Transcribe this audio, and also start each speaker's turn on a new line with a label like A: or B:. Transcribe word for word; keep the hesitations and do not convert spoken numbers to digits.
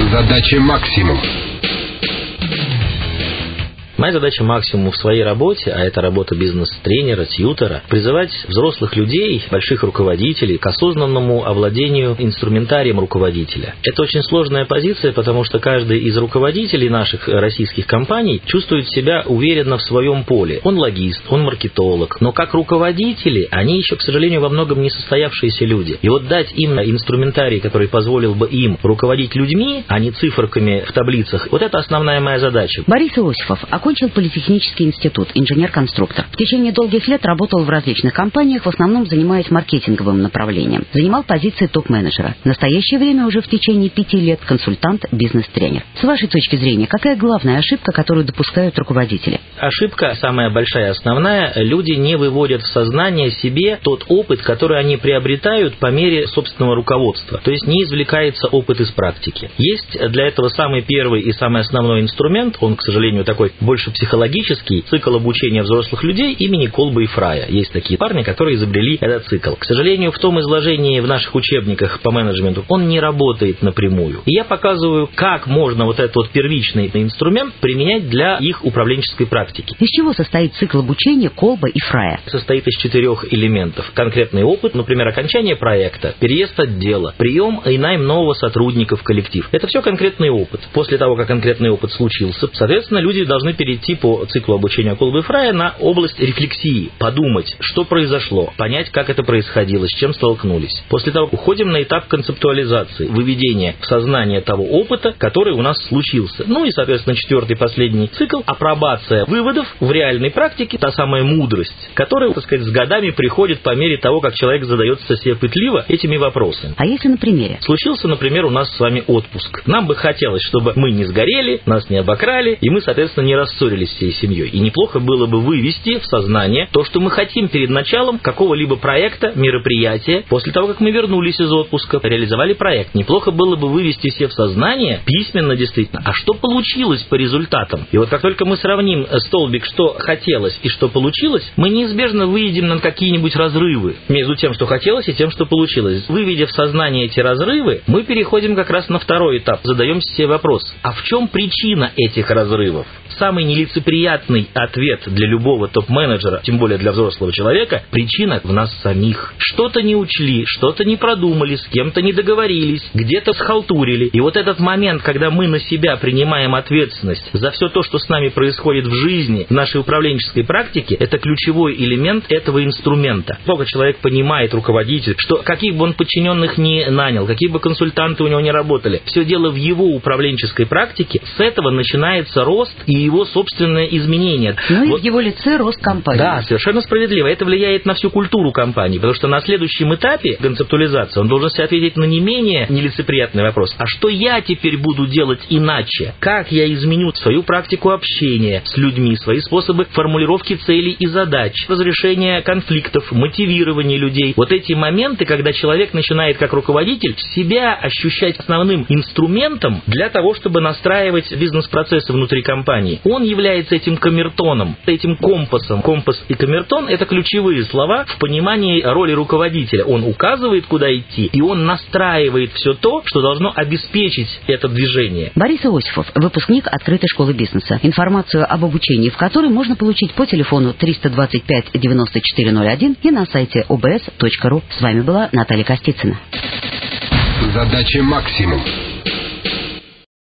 A: Задача максимум.
B: Моя задача максимум в своей работе, а это работа бизнес-тренера, тьютера, призывать взрослых людей, больших руководителей к осознанному овладению инструментарием руководителя. Это очень сложная позиция, потому что каждый из руководителей наших российских компаний чувствует себя уверенно в своем поле. Он логист, он маркетолог, но как руководители они еще, к сожалению, во многом не состоявшиеся люди. И вот дать им инструментарий, который позволил бы им руководить людьми, а не циферками в таблицах, вот это основная моя задача.
C: Борис Иосифов окончил политехнический институт, инженер-конструктор. В течение долгих лет работал в различных компаниях, в основном занимаясь маркетинговым направлением. Занимал позиции топ-менеджера. В настоящее время уже в течение пяти лет консультант, бизнес-тренер. С вашей точки зрения, какая главная ошибка, которую допускают руководители?
B: Ошибка, самая большая, основная, люди не выводят в сознание себе тот опыт, который они приобретают по мере собственного руководства. То есть не извлекается опыт из практики. Есть для этого самый первый и самый основной инструмент, он, к сожалению, такой больше психологический, цикл обучения взрослых людей имени Колба и Фрая. Есть такие парни, которые изобрели этот цикл. К сожалению, в том изложении в наших учебниках по менеджменту он не работает напрямую. И я показываю, как можно вот этот вот первичный инструмент применять для их управленческой практики.
C: Из чего состоит цикл обучения Колба и Фрая?
B: Состоит из четырех элементов. Конкретный опыт, например, окончание проекта, переезд отдела, прием и найм нового сотрудника в коллектив. Это все конкретный опыт. После того, как конкретный опыт случился, соответственно, люди должны перейти по циклу обучения Колба и Фрая на область рефлексии, подумать, что произошло, понять, как это происходило, с чем столкнулись. После того уходим на этап концептуализации, выведения в сознание того опыта, который у нас случился. Ну и, соответственно, четвертый, последний цикл – апробация выводов в реальной практике, та самая мудрость, которая, так сказать, с годами приходит по мере того, как человек задается себе пытливо этими вопросами.
C: А если на примере?
B: Случился, например, у нас с вами отпуск. Нам бы хотелось, чтобы мы не сгорели, нас не обокрали, и мы, соответственно, не рассорились всей семьей. И неплохо было бы вывести в сознание то, что мы хотим перед началом какого-либо проекта, мероприятия. После того, как мы вернулись из отпуска, реализовали проект, неплохо было бы вывести все в сознание, письменно действительно, а что получилось по результатам. И вот как только мы сравним столбик, что хотелось и что получилось, мы неизбежно выйдем на какие-нибудь разрывы между тем, что хотелось, и тем, что получилось. Выведя в сознание эти разрывы, мы переходим как раз на второй этап. Задаем себе вопрос, а в чем причина этих разрывов? Самый нелицеприятный ответ для любого топ-менеджера, тем более для взрослого человека, причина в нас самих. Что-то не учли, что-то не продумали, с кем-то не договорились, где-то схалтурили. И вот этот момент, когда мы на себя принимаем ответственность за все то, что с нами происходит в жизни, в нашей управленческой практике, это ключевой элемент этого инструмента. Только человек понимает, руководитель, что каких бы он подчиненных ни нанял, какие бы консультанты у него не работали, все дело в его управленческой практике, с этого начинается рост и его собственное изменение.
C: Ну
B: вот.
C: И в его лице рост компании.
B: Да, совершенно справедливо. Это влияет на всю культуру компании, потому что на следующем этапе концептуализации он должен себе ответить на не менее нелицеприятный вопрос. А что я теперь буду делать иначе? Как я изменю свою практику общения с людьми, свои способы формулировки целей и задач, разрешения конфликтов, мотивирования людей? Вот эти моменты, когда человек начинает как руководитель себя ощущать основным инструментом для того, чтобы настраивать бизнес-процессы внутри компании. Он является этим камертоном, этим компасом. Компас и камертон – это ключевые слова в понимании роли руководителя. Он указывает, куда идти, и он настраивает все то, что должно обеспечить это движение.
C: Борис Иосифов, выпускник открытой школы бизнеса. Информацию об обучении в которой можно получить по телефону триста двадцать пять девяносто четыре ноль один и на сайте о бэ эс точка ру. С вами была Наталья Костицына.
A: Задача максимум.